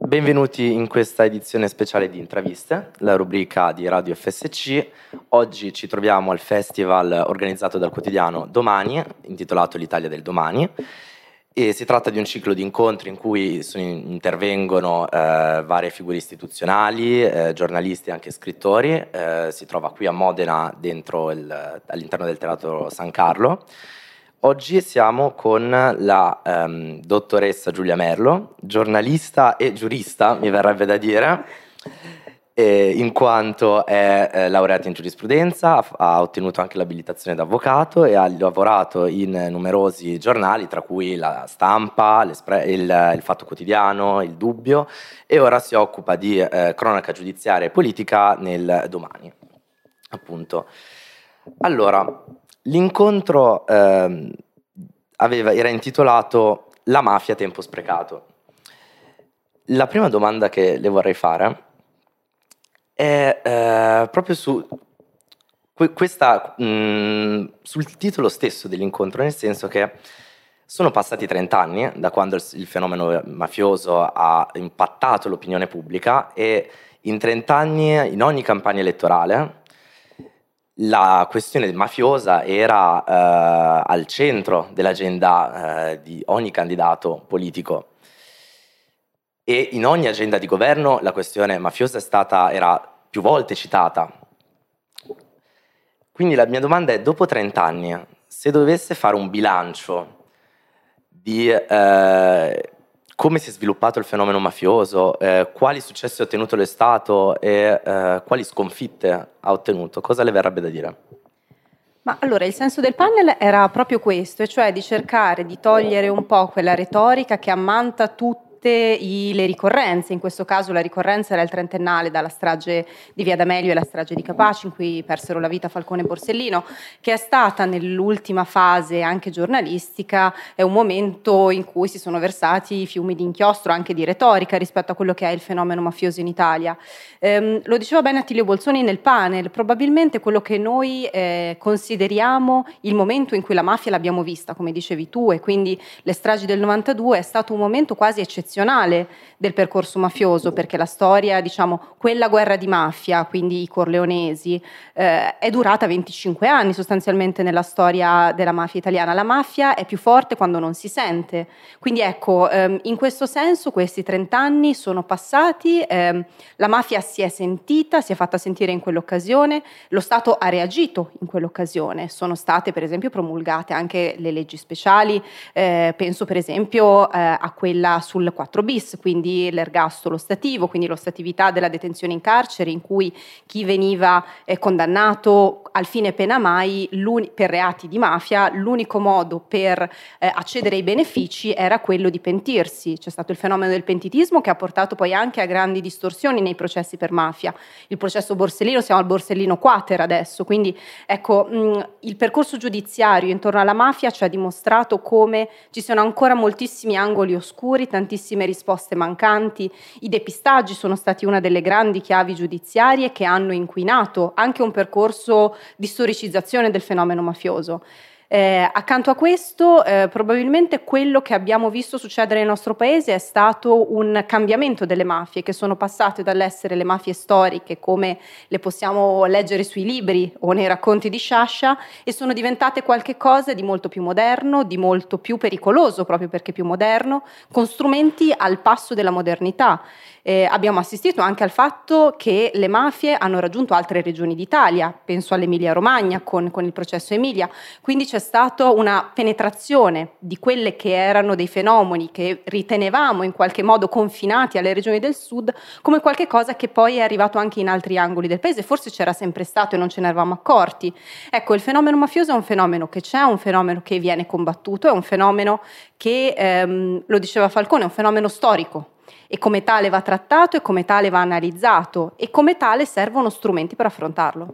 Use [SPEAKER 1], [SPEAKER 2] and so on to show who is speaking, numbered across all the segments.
[SPEAKER 1] Benvenuti in questa edizione speciale di Intraviste, la rubrica di Radio FSC. Oggi ci troviamo al festival organizzato dal quotidiano Domani, intitolato L'Italia del Domani, e si tratta di un ciclo di incontri in cui intervengono varie figure istituzionali, giornalisti e anche scrittori. Si trova qui a Modena, all'interno del Teatro San Carlo. Oggi siamo con la dottoressa Giulia Merlo, giornalista e giurista, mi verrebbe da dire, in quanto è laureata in giurisprudenza, ha ottenuto anche l'abilitazione d'avvocato e ha lavorato in numerosi giornali, tra cui La Stampa, il Fatto Quotidiano, Il Dubbio, e ora si occupa di cronaca giudiziaria e politica nel Domani, appunto. Allora, l'incontro era intitolato La mafia, tempo sprecato. La prima domanda che le vorrei fare è proprio sul titolo stesso dell'incontro, nel senso che sono passati 30 anni da quando il fenomeno mafioso ha impattato l'opinione pubblica e in 30 anni, in ogni campagna elettorale, la questione mafiosa era al centro dell'agenda di ogni candidato politico e in ogni agenda di governo la questione mafiosa era più volte citata. Quindi la mia domanda è: dopo 30 anni, se dovesse fare un bilancio di come si è sviluppato il fenomeno mafioso, quali successi ha ottenuto lo Stato e quali sconfitte ha ottenuto, cosa le verrebbe da dire?
[SPEAKER 2] Ma allora, il senso del panel era proprio questo, e cioè di cercare di togliere un po' quella retorica che ammanta tutte le ricorrenze. In questo caso la ricorrenza era il trentennale dalla strage di Via D'Amelio e la strage di Capaci, in cui persero la vita Falcone e Borsellino, che è stata nell'ultima fase anche giornalistica, è un momento in cui si sono versati fiumi di inchiostro, anche di retorica, rispetto a quello che è il fenomeno mafioso in Italia. Lo diceva bene Attilio Bolzoni nel panel: probabilmente quello che noi consideriamo il momento in cui la mafia l'abbiamo vista, come dicevi tu, e quindi le stragi del 92, è stato un momento quasi eccezionale del percorso mafioso, perché la storia, quella guerra di mafia, quindi i corleonesi, è durata 25 anni sostanzialmente nella storia della mafia italiana. La mafia è più forte quando non si sente, quindi ecco, in questo senso questi 30 anni sono passati, la mafia si è sentita, si è fatta sentire in quell'occasione, lo Stato ha reagito in quell'occasione, sono state per esempio promulgate anche le leggi speciali, penso per esempio a quella sul 4 bis, quindi l'ergastolo stativo, quindi l'ostatività della detenzione in carcere, in cui chi veniva condannato al fine pena mai per reati di mafia, l'unico modo per accedere ai benefici era quello di pentirsi. C'è stato il fenomeno del pentitismo che ha portato poi anche a grandi distorsioni nei processi per mafia. Il processo Borsellino, siamo al Borsellino quater adesso, quindi ecco, il percorso giudiziario intorno alla mafia ci ha dimostrato come ci siano ancora moltissimi angoli oscuri, tantissime risposte mancanti. I depistaggi sono stati una delle grandi chiavi giudiziarie che hanno inquinato anche un percorso di storicizzazione del fenomeno mafioso. Accanto a questo, probabilmente quello che abbiamo visto succedere nel nostro paese è stato un cambiamento delle mafie, che sono passate dall'essere le mafie storiche, come le possiamo leggere sui libri o nei racconti di Sciascia, e sono diventate qualche cosa di molto più moderno, di molto più pericoloso, proprio perché più moderno, con strumenti al passo della modernità. Abbiamo assistito anche al fatto che le mafie hanno raggiunto altre regioni d'Italia, penso all'Emilia Romagna con il processo Emilia, quindi c'è stata una penetrazione di quelle che erano dei fenomeni che ritenevamo in qualche modo confinati alle regioni del sud come qualche cosa che poi è arrivato anche in altri angoli del paese, forse c'era sempre stato e non ce ne eravamo accorti. Ecco, il fenomeno mafioso è un fenomeno che c'è, un fenomeno che viene combattuto, è un fenomeno che, lo diceva Falcone, è un fenomeno storico, e come tale va trattato e come tale va analizzato e come tale servono strumenti per affrontarlo.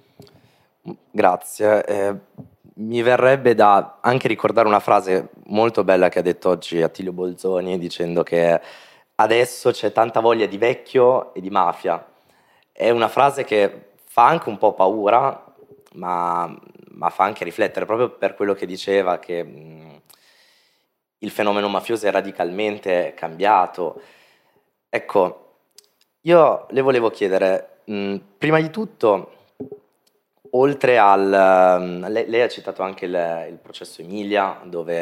[SPEAKER 1] Grazie. Mi verrebbe da anche ricordare una frase molto bella che ha detto oggi Attilio Bolzoni, dicendo che adesso c'è tanta voglia di vecchio e di mafia. È una frase che fa anche un po' paura, ma fa anche riflettere, proprio per quello che diceva, che il fenomeno mafioso è radicalmente cambiato. Ecco, io le volevo chiedere, prima di tutto, oltre lei ha citato anche il processo Emilia, dove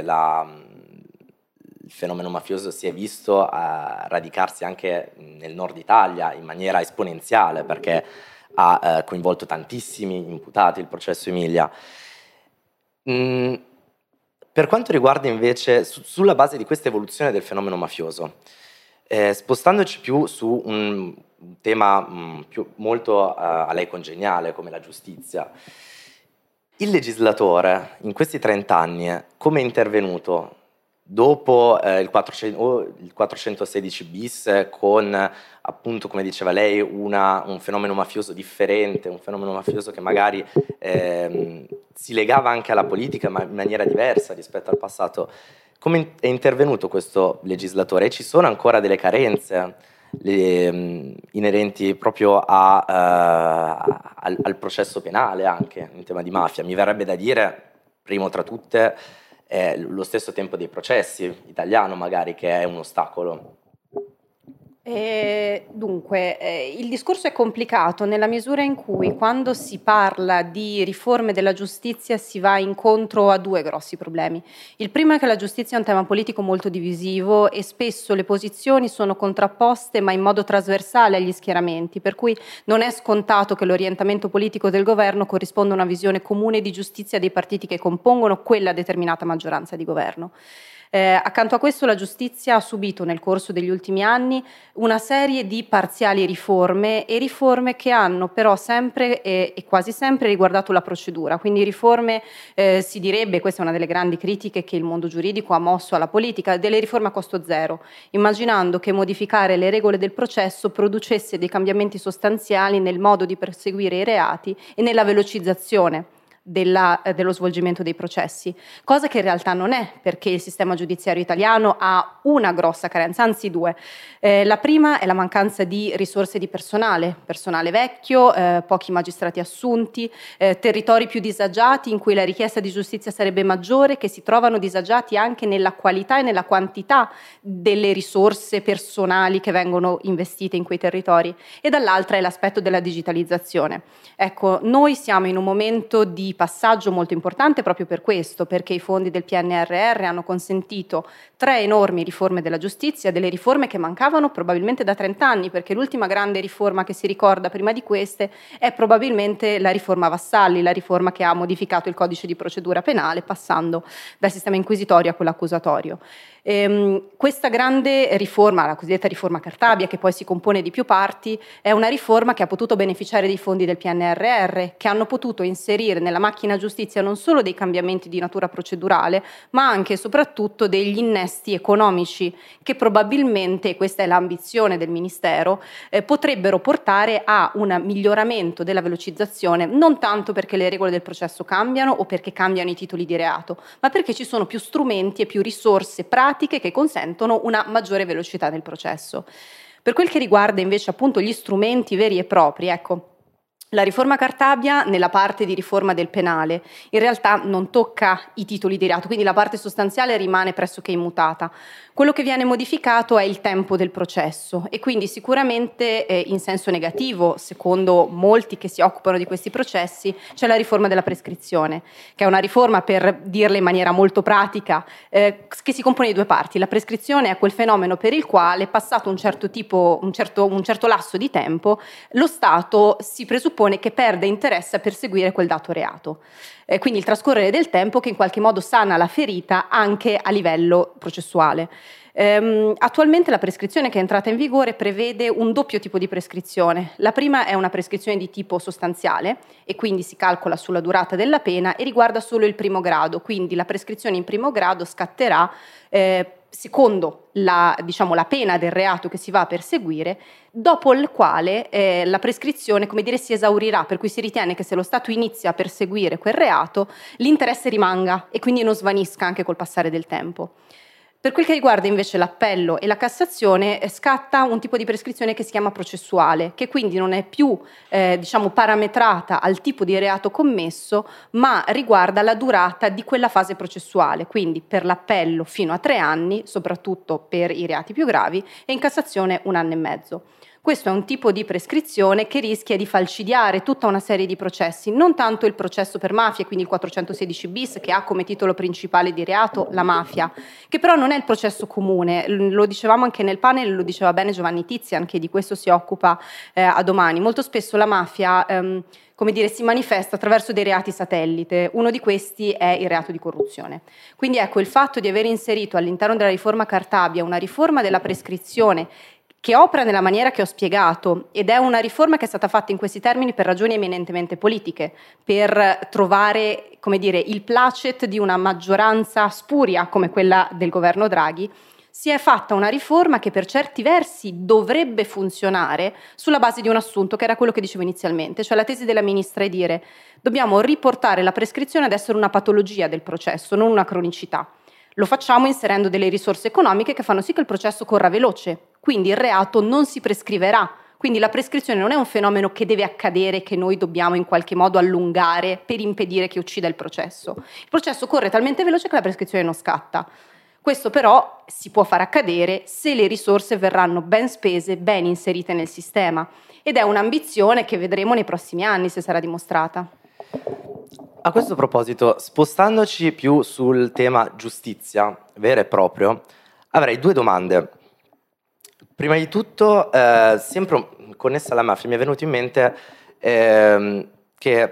[SPEAKER 1] il fenomeno mafioso si è visto radicarsi anche nel nord Italia in maniera esponenziale, perché ha coinvolto tantissimi imputati il processo Emilia. Per quanto riguarda invece, sulla base di questa evoluzione del fenomeno mafioso, spostandoci più su un tema molto a lei congeniale come la giustizia, il legislatore in questi 30 anni come è intervenuto dopo il 416 bis con, appunto, come diceva lei, un fenomeno mafioso differente, un fenomeno mafioso che magari si legava anche alla politica ma in maniera diversa rispetto al passato. Come è intervenuto questo legislatore? E ci sono ancora delle carenze inerenti proprio al processo penale anche in tema di mafia? Mi verrebbe da dire, primo tra tutte, lo stesso tempo dei processi italiano magari, che è un ostacolo.
[SPEAKER 2] Dunque, il discorso è complicato nella misura in cui, quando si parla di riforme della giustizia, si va incontro a due grossi problemi. Il primo è che la giustizia è un tema politico molto divisivo e spesso le posizioni sono contrapposte ma in modo trasversale agli schieramenti, per cui non è scontato che l'orientamento politico del governo corrisponda a una visione comune di giustizia dei partiti che compongono quella determinata maggioranza di governo. Accanto a questo, la giustizia ha subito nel corso degli ultimi anni una serie di parziali riforme, e riforme che hanno però sempre e quasi sempre riguardato la procedura, quindi riforme, si direbbe, questa è una delle grandi critiche che il mondo giuridico ha mosso alla politica, delle riforme a costo zero, immaginando che modificare le regole del processo producesse dei cambiamenti sostanziali nel modo di perseguire i reati e nella velocizzazione dello svolgimento dei processi, cosa che in realtà non è, perché il sistema giudiziario italiano ha una grossa carenza, anzi due. La prima è la mancanza di risorse di personale vecchio, pochi magistrati assunti, territori più disagiati in cui la richiesta di giustizia sarebbe maggiore, che si trovano disagiati anche nella qualità e nella quantità delle risorse personali che vengono investite in quei territori, e dall'altra è l'aspetto della digitalizzazione. Ecco, noi siamo in un momento di passaggio molto importante proprio per questo, perché i fondi del PNRR hanno consentito 3 enormi riforme della giustizia, delle riforme che mancavano probabilmente da 30 anni, perché l'ultima grande riforma che si ricorda prima di queste è probabilmente la riforma Vassalli, la riforma che ha modificato il codice di procedura penale passando dal sistema inquisitorio a quello accusatorio. Questa grande riforma, la cosiddetta riforma Cartabia, che poi si compone di più parti, è una riforma che ha potuto beneficiare dei fondi del PNRR, che hanno potuto inserire nella macchina giustizia non solo dei cambiamenti di natura procedurale, ma anche e soprattutto degli innesti economici che probabilmente, questa è l'ambizione del Ministero, potrebbero portare a un miglioramento della velocizzazione, non tanto perché le regole del processo cambiano o perché cambiano i titoli di reato, ma perché ci sono più strumenti e più risorse pratiche che consentono una maggiore velocità nel processo. Per quel che riguarda invece appunto gli strumenti veri e propri, ecco, la riforma Cartabia, nella parte di riforma del penale, in realtà non tocca i titoli di reato, quindi la parte sostanziale rimane pressoché immutata. Quello che viene modificato è il tempo del processo, e quindi sicuramente in senso negativo, secondo molti che si occupano di questi processi, c'è la riforma della prescrizione, che è una riforma, per dirla in maniera molto pratica, che si compone di 2 parti. La prescrizione è quel fenomeno per il quale, passato un certo lasso di tempo, lo Stato si presuppone che perde interesse a perseguire quel dato reato. Quindi il trascorrere del tempo che in qualche modo sana la ferita anche a livello processuale. Attualmente la prescrizione che è entrata in vigore prevede un doppio tipo di prescrizione. La prima è una prescrizione di tipo sostanziale, e quindi si calcola sulla durata della pena e riguarda solo il primo grado, quindi la prescrizione in primo grado scatterà secondo la pena del reato che si va a perseguire, dopo il quale la prescrizione, come dire, si esaurirà, per cui si ritiene che se lo Stato inizia a perseguire quel reato, l'interesse rimanga e quindi non svanisca anche col passare del tempo. Per quel che riguarda invece l'appello e la Cassazione, scatta un tipo di prescrizione che si chiama processuale, che quindi non è più parametrata al tipo di reato commesso, ma riguarda la durata di quella fase processuale, quindi per l'appello fino a 3 anni, soprattutto per i reati più gravi, e in Cassazione 1 anno e mezzo. Questo è un tipo di prescrizione che rischia di falcidiare tutta una serie di processi, non tanto il processo per mafia, quindi il 416 bis, che ha come titolo principale di reato la mafia, che però non è il processo comune. Lo dicevamo anche nel panel, lo diceva bene Giovanni Tizian, che di questo si occupa a Domani. Molto spesso la mafia si manifesta attraverso dei reati satellite. Uno di questi è il reato di corruzione. Quindi ecco, il fatto di aver inserito all'interno della riforma Cartabia una riforma della prescrizione che opera nella maniera che ho spiegato, ed è una riforma che è stata fatta in questi termini per ragioni eminentemente politiche, per trovare, il placet di una maggioranza spuria come quella del governo Draghi. Si è fatta una riforma che per certi versi dovrebbe funzionare sulla base di un assunto che era quello che dicevo inizialmente, cioè la tesi della ministra è dire: dobbiamo riportare la prescrizione ad essere una patologia del processo, non una cronicità. Lo facciamo inserendo delle risorse economiche che fanno sì che il processo corra veloce, quindi il reato non si prescriverà. Quindi la prescrizione non è un fenomeno che deve accadere, che noi dobbiamo in qualche modo allungare per impedire che uccida il processo. Il processo corre talmente veloce che la prescrizione non scatta. Questo però si può far accadere se le risorse verranno ben spese, ben inserite nel sistema, ed è un'ambizione che vedremo nei prossimi anni se sarà dimostrata.
[SPEAKER 1] A questo proposito, spostandoci più sul tema giustizia vero e proprio, avrei 2 domande. Prima di tutto, sempre connessa alla mafia, mi è venuto in mente che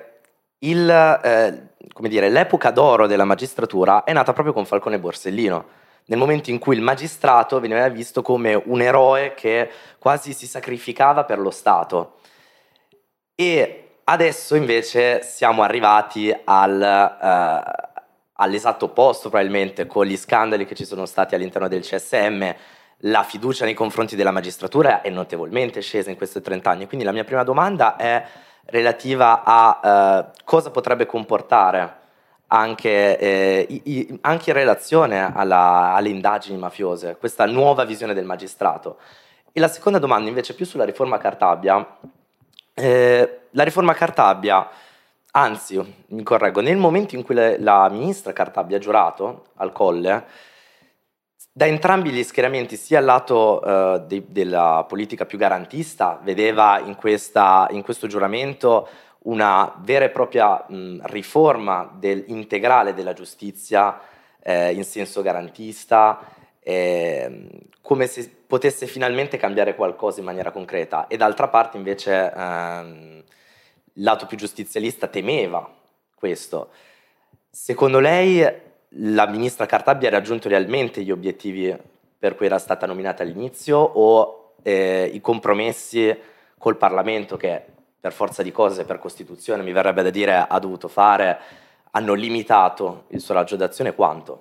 [SPEAKER 1] l'epoca d'oro della magistratura è nata proprio con Falcone e Borsellino, nel momento in cui il magistrato veniva visto come un eroe che quasi si sacrificava per lo Stato. E adesso invece siamo arrivati all'esatto opposto, probabilmente, con gli scandali che ci sono stati all'interno del CSM. La fiducia nei confronti della magistratura è notevolmente scesa in questi 30 anni. Quindi la mia prima domanda è relativa a cosa potrebbe comportare anche in relazione alle indagini mafiose, questa nuova visione del magistrato. E la seconda domanda invece più sulla riforma Cartabia. La riforma Cartabia, anzi, mi correggo, nel momento in cui la ministra Cartabia ha giurato al Colle, da entrambi gli schieramenti, sia al lato della politica più garantista, vedeva in questo giuramento una vera e propria riforma integrale della giustizia in senso garantista, come se potesse finalmente cambiare qualcosa in maniera concreta, e d'altra parte invece il lato più giustizialista temeva questo. Secondo lei la ministra Cartabia ha raggiunto realmente gli obiettivi per cui era stata nominata all'inizio, o i compromessi col Parlamento, che per forza di cose, per Costituzione mi verrebbe da dire, ha dovuto fare, hanno limitato il suo raggio d'azione? Quanto?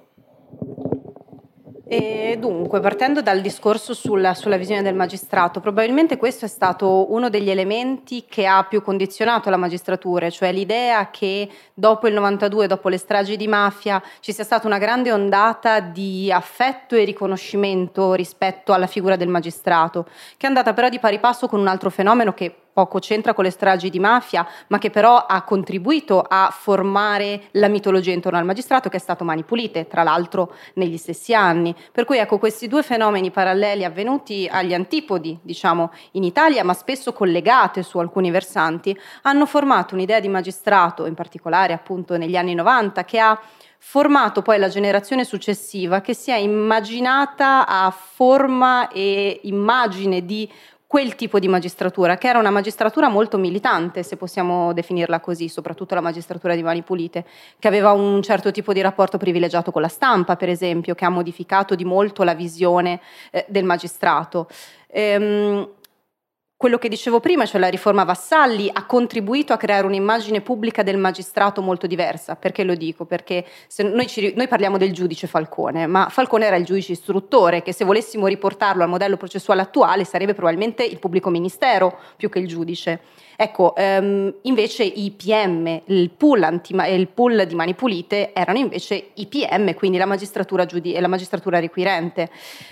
[SPEAKER 2] E dunque, partendo dal discorso sulla visione del magistrato, probabilmente questo è stato uno degli elementi che ha più condizionato la magistratura, cioè l'idea che dopo il 92, dopo le stragi di mafia, ci sia stata una grande ondata di affetto e riconoscimento rispetto alla figura del magistrato, che è andata però di pari passo con un altro fenomeno che poco c'entra con le stragi di mafia, ma che però ha contribuito a formare la mitologia intorno al magistrato, che è stato Mani Pulite, tra l'altro negli stessi anni. Per cui ecco, questi 2 fenomeni paralleli avvenuti agli antipodi, in Italia, ma spesso collegate su alcuni versanti, hanno formato un'idea di magistrato, in particolare appunto negli anni 90, che ha formato poi la generazione successiva, che si è immaginata a forma e immagine di quel tipo di magistratura, che era una magistratura molto militante, se possiamo definirla così, soprattutto la magistratura di Mani Pulite, che aveva un certo tipo di rapporto privilegiato con la stampa, per esempio, che ha modificato di molto la visione del magistrato. quello che dicevo prima, cioè la riforma Vassalli, ha contribuito a creare un'immagine pubblica del magistrato molto diversa. Perché lo dico? Perché noi parliamo del giudice Falcone, ma Falcone era il giudice istruttore, che se volessimo riportarlo al modello processuale attuale sarebbe probabilmente il pubblico ministero più che il giudice. Ecco, invece i PM, il pool di Mani Pulite erano invece i PM, quindi la magistratura requirente.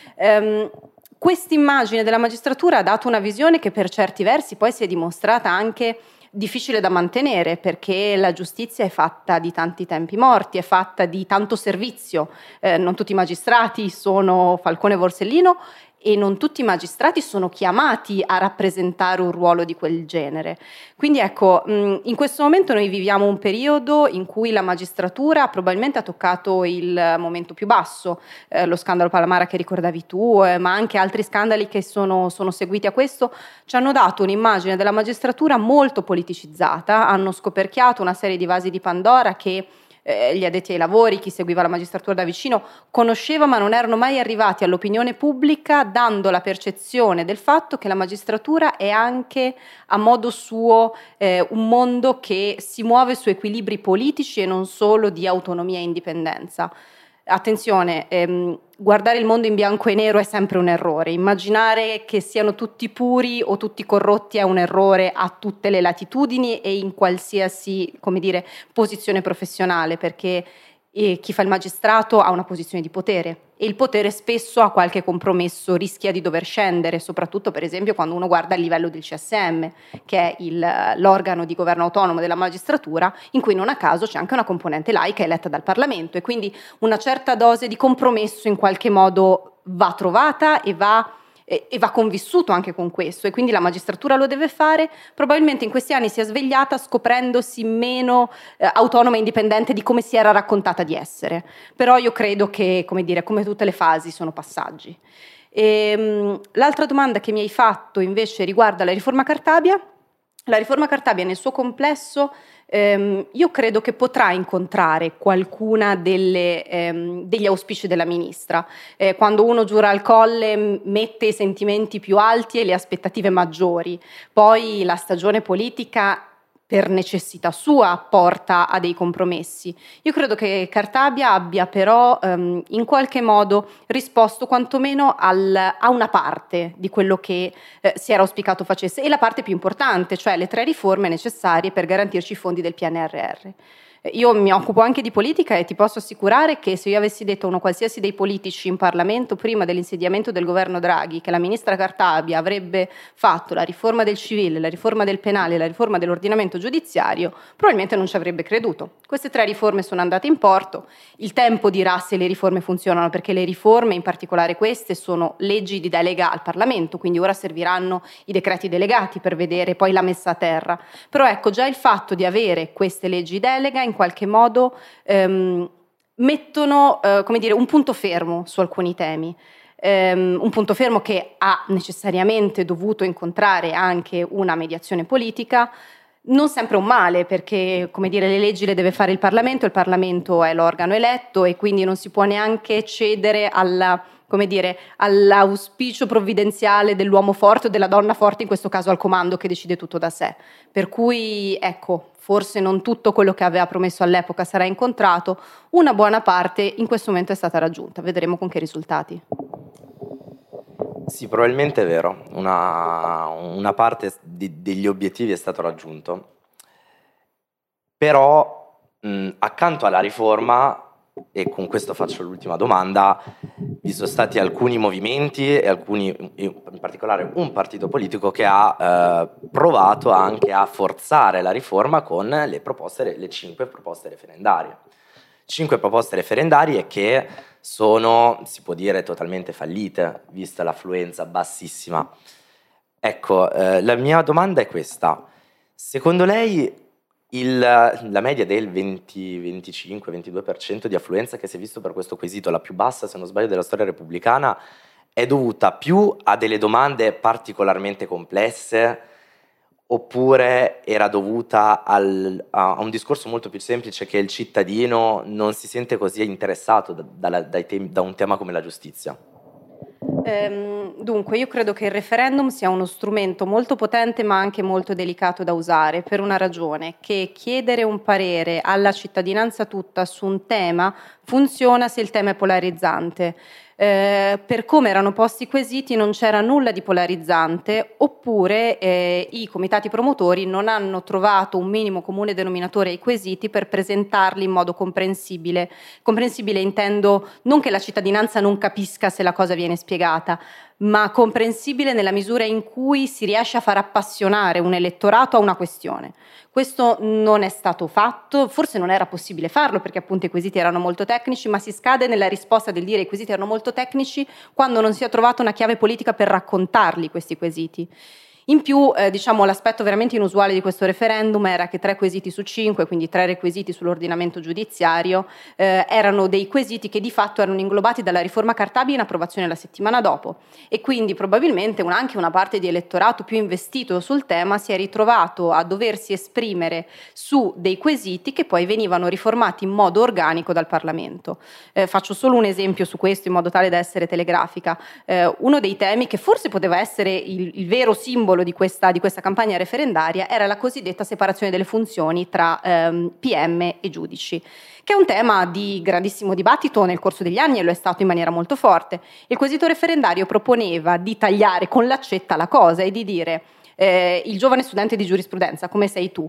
[SPEAKER 2] Quest'immagine della magistratura ha dato una visione che per certi versi poi si è dimostrata anche difficile da mantenere, perché la giustizia è fatta di tanti tempi morti, è fatta di tanto servizio. Non tutti i magistrati sono Falcone e Borsellino e non tutti i magistrati sono chiamati a rappresentare un ruolo di quel genere. Quindi ecco, in questo momento noi viviamo un periodo in cui la magistratura probabilmente ha toccato il momento più basso, lo scandalo Palamara che ricordavi tu, ma anche altri scandali che sono seguiti a questo, ci hanno dato un'immagine della magistratura molto politicizzata, hanno scoperchiato una serie di vasi di Pandora che gli addetti ai lavori, chi seguiva la magistratura da vicino, conosceva, ma non erano mai arrivati all'opinione pubblica, dando la percezione del fatto che la magistratura è anche a modo suo un mondo che si muove su equilibri politici e non solo di autonomia e indipendenza. Attenzione, guardare il mondo in bianco e nero è sempre un errore. Immaginare che siano tutti puri o tutti corrotti è un errore a tutte le latitudini e in qualsiasi, come dire, posizione professionale, perché chi fa il magistrato ha una posizione di potere e il potere spesso a qualche compromesso rischia di dover scendere, soprattutto per esempio quando uno guarda il livello del CSM, che è l'organo di governo autonomo della magistratura, in cui non a caso c'è anche una componente laica eletta dal Parlamento, e quindi una certa dose di compromesso in qualche modo va trovata e va convissuto anche con questo, e quindi la magistratura lo deve fare. Probabilmente in questi anni si è svegliata scoprendosi meno autonoma e indipendente di come si era raccontata di essere, però io credo che, come dire, come tutte le fasi sono passaggi. L'altra domanda che mi hai fatto invece riguarda la riforma Cartabia. La riforma Cartabia nel suo complesso io credo che potrà incontrare qualcuna degli auspici della ministra. Quando uno giura al Colle mette i sentimenti più alti e le aspettative maggiori, poi la stagione politica per necessità sua porta a dei compromessi. Io credo che Cartabia abbia però in qualche modo risposto quantomeno a una parte di quello che si era auspicato facesse, e la parte più importante, cioè le 3 riforme necessarie per garantirci i fondi del PNRR. Io mi occupo anche di politica e ti posso assicurare che se io avessi detto a uno qualsiasi dei politici in Parlamento prima dell'insediamento del governo Draghi che la ministra Cartabia avrebbe fatto la riforma del civile, la riforma del penale e la riforma dell'ordinamento giudiziario, probabilmente non ci avrebbe creduto. Queste 3 riforme sono andate in porto, il tempo dirà se le riforme funzionano, perché le riforme, in particolare queste, sono leggi di delega al Parlamento, quindi ora serviranno i decreti delegati per vedere poi la messa a terra. Però ecco, già il fatto di avere queste leggi delega in qualche modo mettono come dire, un punto fermo su alcuni temi. Un punto fermo che ha necessariamente dovuto incontrare anche una mediazione politica, non sempre un male, perché come dire, le leggi le deve fare il Parlamento è l'organo eletto e quindi non si può neanche cedere all'auspicio provvidenziale dell'uomo forte o della donna forte, in questo caso al comando, che decide tutto da sé. Per cui ecco, forse non tutto quello che aveva promesso all'epoca sarà incontrato, una buona parte in questo momento è stata raggiunta, vedremo con che risultati.
[SPEAKER 1] Sì, probabilmente è vero, una parte degli obiettivi è stato raggiunto, però accanto alla riforma, e con questo faccio l'ultima domanda, vi sono stati alcuni movimenti e in particolare un partito politico che ha provato anche a forzare la riforma con le 5 proposte referendarie. 5 proposte referendarie che sono, si può dire, totalmente fallite, vista l'affluenza bassissima. Ecco, la mia domanda è questa. Secondo lei la media del 20, 25, 22% di affluenza che si è visto per questo quesito, la più bassa, se non sbaglio, della storia repubblicana, è dovuta più a delle domande particolarmente complesse, oppure era dovuta a un discorso molto più semplice, che il cittadino non si sente così interessato da un tema come la giustizia?
[SPEAKER 2] Dunque, io credo che il referendum sia uno strumento molto potente ma anche molto delicato da usare, per una ragione: che chiedere un parere alla cittadinanza tutta su un tema funziona se il tema è polarizzante. Per come erano posti i quesiti non c'era nulla di polarizzante, oppure i comitati promotori non hanno trovato un minimo comune denominatore ai quesiti per presentarli in modo comprensibile. Comprensibile intendo non che la cittadinanza non capisca se la cosa viene spiegata, ma comprensibile nella misura in cui si riesce a far appassionare un elettorato a una questione. Questo non è stato fatto, forse non era possibile farlo perché appunto i quesiti erano molto tecnici, ma si scade nella risposta del dire i quesiti erano molto tecnici quando non si è trovata una chiave politica per raccontarli questi quesiti. In più, l'aspetto veramente inusuale di questo referendum era che 3 quesiti su 5, quindi 3 requisiti sull'ordinamento giudiziario, erano dei quesiti che di fatto erano inglobati dalla riforma Cartabia in approvazione la settimana dopo, e quindi probabilmente anche una parte di elettorato più investito sul tema si è ritrovato a doversi esprimere su dei quesiti che poi venivano riformati in modo organico dal Parlamento. Faccio solo un esempio su questo in modo tale da essere telegrafica. Uno dei temi che forse poteva essere il vero simbolo di questa campagna referendaria era la cosiddetta separazione delle funzioni tra PM e giudici, che è un tema di grandissimo dibattito nel corso degli anni e lo è stato in maniera molto forte. Il quesito referendario proponeva di tagliare con l'accetta la cosa e di dire il giovane studente di giurisprudenza, come sei tu,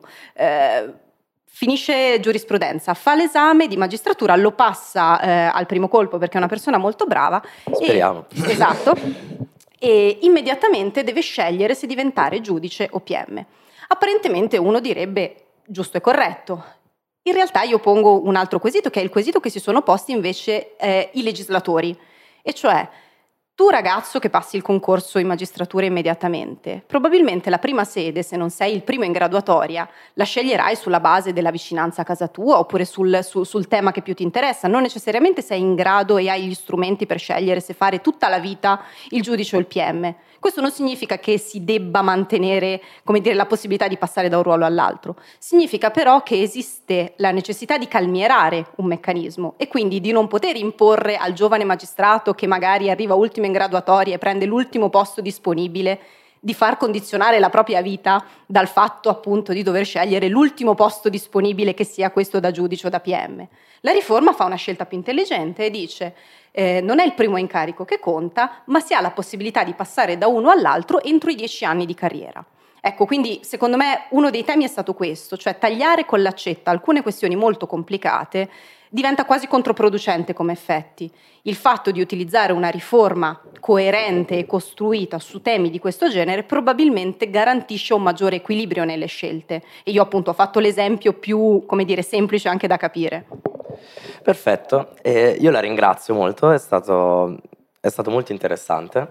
[SPEAKER 2] finisce giurisprudenza, fa l'esame di magistratura, lo passa al primo colpo perché è una persona molto brava.
[SPEAKER 1] Speriamo.
[SPEAKER 2] Esatto. E immediatamente deve scegliere se diventare giudice o PM. Apparentemente uno direbbe giusto e corretto. In realtà io pongo un altro quesito, che è il quesito che si sono posti invece i legislatori, e cioè: tu ragazzo che passi il concorso in magistratura immediatamente, probabilmente la prima sede, se non sei il primo in graduatoria, la sceglierai sulla base della vicinanza a casa tua oppure sul tema che più ti interessa. Non necessariamente sei in grado e hai gli strumenti per scegliere se fare tutta la vita il giudice o il PM. Questo non significa che si debba mantenere, la possibilità di passare da un ruolo all'altro. Significa però che esiste la necessità di calmierare un meccanismo e quindi di non poter imporre al giovane magistrato che magari arriva ultimo in graduatoria e prende l'ultimo posto disponibile di far condizionare la propria vita dal fatto appunto di dover scegliere l'ultimo posto disponibile, che sia questo da giudice o da PM. La riforma fa una scelta più intelligente e dice non è il primo incarico che conta, ma si ha la possibilità di passare da uno all'altro entro i 10 anni di carriera. Ecco, quindi secondo me uno dei temi è stato questo, cioè tagliare con l'accetta alcune questioni molto complicate diventa quasi controproducente come effetti. Il fatto di utilizzare una riforma coerente e costruita su temi di questo genere probabilmente garantisce un maggiore equilibrio nelle scelte. E io appunto ho fatto l'esempio più, semplice anche da capire.
[SPEAKER 1] Perfetto, io la ringrazio molto, è stato molto interessante.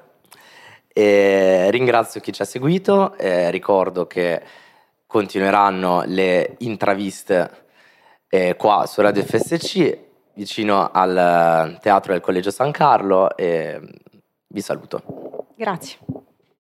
[SPEAKER 1] Ringrazio chi ci ha seguito, ricordo che continueranno le intraviste qua su Radio FSC, vicino al Teatro del Collegio San Carlo, e vi saluto.
[SPEAKER 2] Grazie.